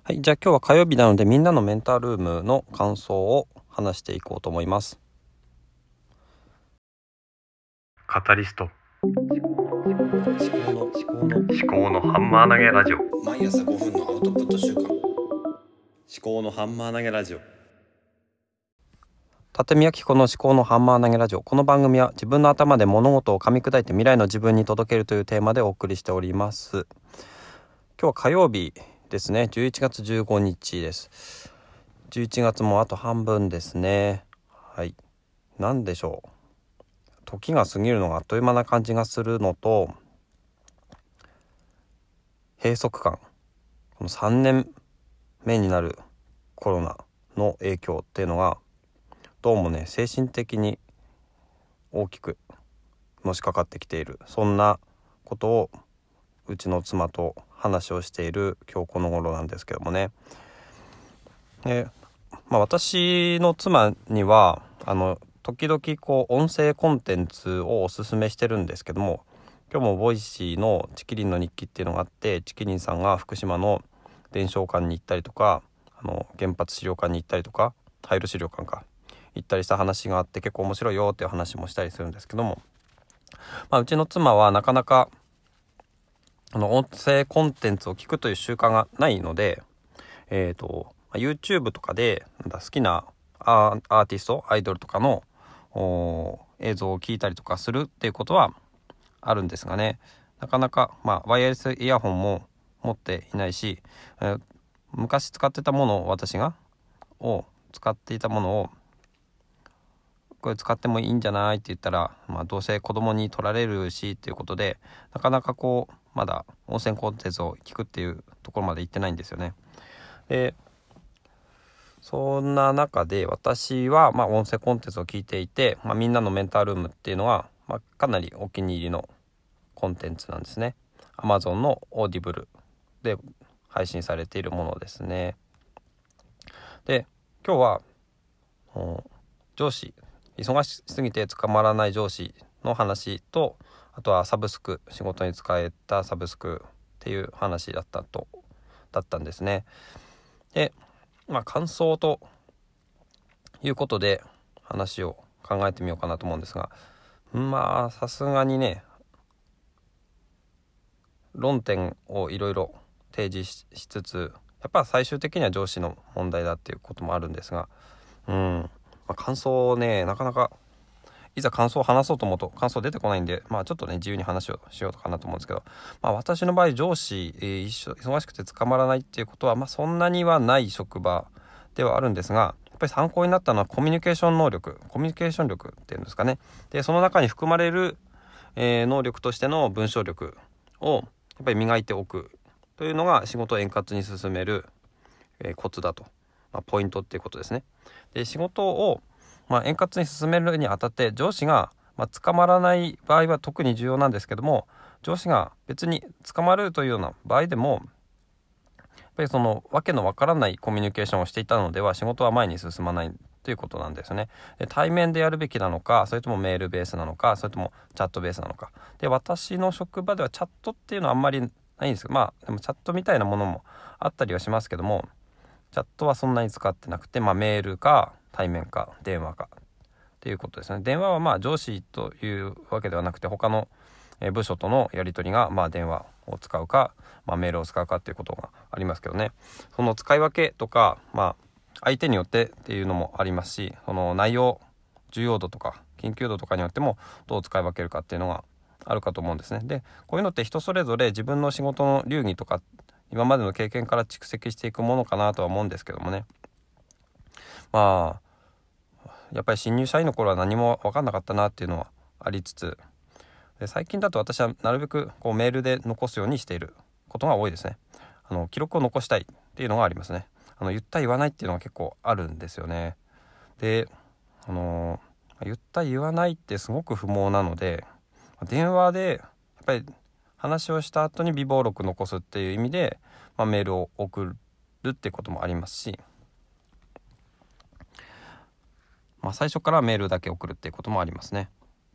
はい、じゃあ今日は火曜日なのでみんなのメンタールームの感想を話していこうと思います。 カタリスト思考のハンマー投げラジオ。 毎朝5分のアウトプット週間、思考のハンマー投げラジオ。立見明子の思考のハンマー投げラジオ。この番組は自分の頭で物事を噛み砕いて未来の自分に届けるというテーマでお送りしております。今日は火曜日ですね。11月15日です。11月もあと半分ですね。はい、なんでしょう、時が過ぎるのがあっという間な感じがするのと、閉塞感、この3年目になるコロナの影響っていうのがどうもね、精神的に大きくのしかかってきている、そんなことをうちの妻と話をしている今日この頃なんですけどもね。私の妻には時々音声コンテンツをおすすめしてるんですけども、今日もボイシーのチキリンの日記っていうのがあって、チキリンさんが福島の伝承館に行ったりとか、原発資料館に行ったりとか、廃炉資料館か行ったりした話があって、結構面白いよっていう話もしたりするんですけども、うちの妻はなかなか音声コンテンツを聞くという習慣がないので、YouTube とかで好きなアーティスト、アイドルとかの映像を聞いたりとかするっていうことはあるんですがね、なかなかワイヤレスイヤホンも持っていないし、昔使ってたものを使っていたものをこれ使ってもいいんじゃないって言ったら、どうせ子供に取られるしっていうことで、なかなかまだ音声コンテンツを聞くっていうところまで行ってないんですよね。で、そんな中で私は音声コンテンツを聞いていて、みんなのメンタールームっていうのは、かなりお気に入りのコンテンツなんですね。 Amazon のオーディブルで配信されているものですね。で、今日は上司、忙しすぎて捕まらない上司の話と、あとはサブスク、仕事に使えたサブスクっていう話だったんですね。で、感想ということで話を考えてみようかなと思うんですが、さすがにね、論点をいろいろ提示しつつ、やっぱ最終的には上司の問題だっていうこともあるんですが、感想をね、なかなかいざ感想を話そうと思うと感想出てこないんで、ちょっとね自由に話をしようかなと思うんですけど、私の場合上司、忙しくて捕まらないっていうことはそんなにはない職場ではあるんですが、やっぱり参考になったのはコミュニケーション能力、コミュニケーション力っていうんですかね。で、その中に含まれる、能力としての文章力をやっぱり磨いておくというのが仕事を円滑に進める、コツだと、ポイントっていうことですね。で、仕事を円滑に進めるにあたって上司が、捕まらない場合は特に重要なんですけども、上司が別に捕まるというような場合でも、やっぱりそのわけのわからないコミュニケーションをしていたのでは仕事は前に進まないということなんですね。で、対面でやるべきなのか、それともメールベースなのか、それともチャットベースなのか。で、私の職場ではチャットっていうのはあんまりないんですけど、でもチャットみたいなものもあったりはしますけども、チャットはそんなに使ってなくて、メールか対面か電話かっていうことですね。電話は上司というわけではなくて、他の部署とのやり取りが電話を使うか、メールを使うかっていうことがありますけどね。その使い分けとか、相手によってっていうのもありますし、その内容、重要度とか緊急度とかによってもどう使い分けるかっていうのがあるかと思うんですね。で、こういうのって人それぞれ自分の仕事の流儀とか今までの経験から蓄積していくものかなとは思うんですけどもね。やっぱり新入社員の頃は何も分かんなかったなっていうのはありつつ、で、最近だと私はなるべくメールで残すようにしていることが多いですね。記録を残したいっていうのがありますね。言った言わないっていうのが結構あるんですよね。で、言った言わないってすごく不毛なので、電話でやっぱり話をした後に備忘録残すっていう意味で、メールを送るってこともありますし、最初からメールだけ送るっていうこともありますね。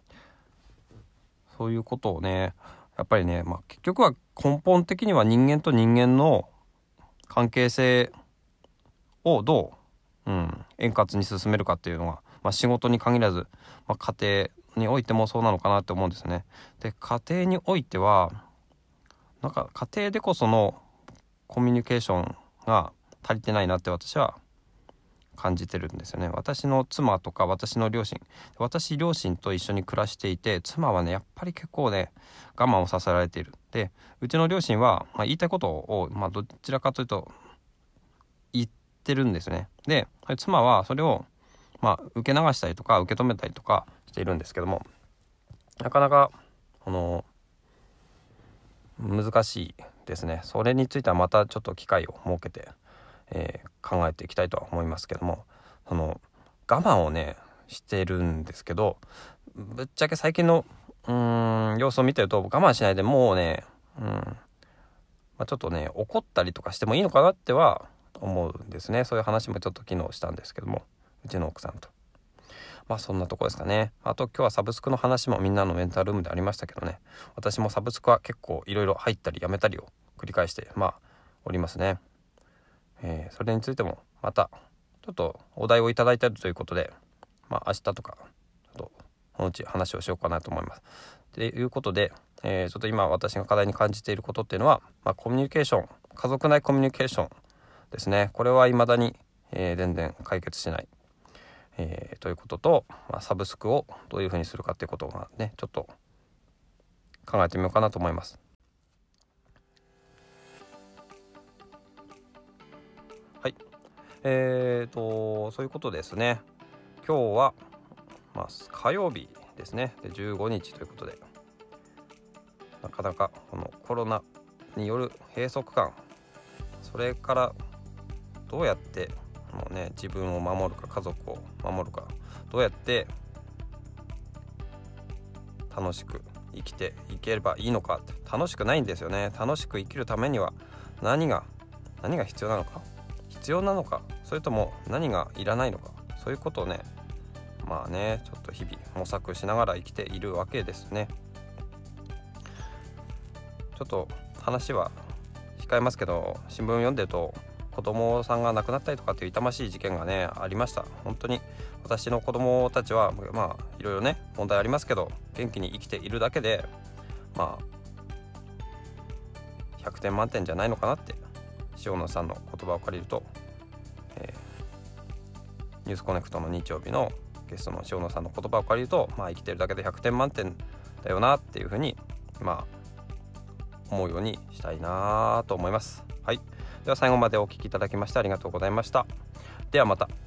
そういうことをね、やっぱりね、結局は根本的には人間と人間の関係性をどう、円滑に進めるかっていうのが、仕事に限らず、家庭においてもそうなのかなって思うんですね。で、家庭においてはなんか家庭でこそのコミュニケーションが足りてないなって私は感じてるんですよね。私の妻とか私両親と一緒に暮らしていて、妻はねやっぱり結構ね我慢をさせられている。で、うちの両親は、言いたいことを、どちらかというと言ってるんですね。で、妻はそれを受け流したりとか受け止めたりとかしているんですけども、なかなか難しいですね。それについてはまたちょっと機会を設けて、考えていきたいとは思いますけども、我慢をねしてるんですけど、ぶっちゃけ最近の様子を見てると我慢しないでもうね、ちょっとね怒ったりとかしてもいいのかなっては思うんですね。そういう話もちょっと昨日したんですけども、うちの奥さんと。そんなとこですかね。あと今日はサブスクの話もみんなのメンタルルームでありましたけどね、私もサブスクは結構いろいろ入ったりやめたりを繰り返しておりますね。それについてもまたちょっとお題をいただいたりということで、明日とかちょっとこのうち話をしようかなと思います。ということで、ちょっと今私が課題に感じていることっていうのは、コミュニケーション、家族内コミュニケーションですね。これは未だに、全然解決しない、ということと、サブスクをどういうふうにするかっていうことがねちょっと考えてみようかなと思います。はい、そういうことですね。今日は、火曜日ですね。で15日ということで、なかなかこのコロナによる閉塞感、それからどうやって自分を守るか家族を守るか、どうやって楽しく生きていければいいのか。楽しくないんですよね。楽しく生きるためには何が必要なのか、それとも何がいらないのか、そういうことをねちょっと日々模索しながら生きているわけですね。ちょっと話は控えますけど、新聞読んでると子供さんが亡くなったりとかっていう痛ましい事件がねありました。本当に私の子供たちはいろいろね問題ありますけど、元気に生きているだけで100点満点じゃないのかなって、塩野さんの言葉を借りると、ニュースコネクトの日曜日のゲストの塩野さんの言葉を借りると、生きてるだけで100点満点だよなっていうふうに思うようにしたいなと思います。はい、では最後までお聞きいただきましてありがとうございました。ではまた。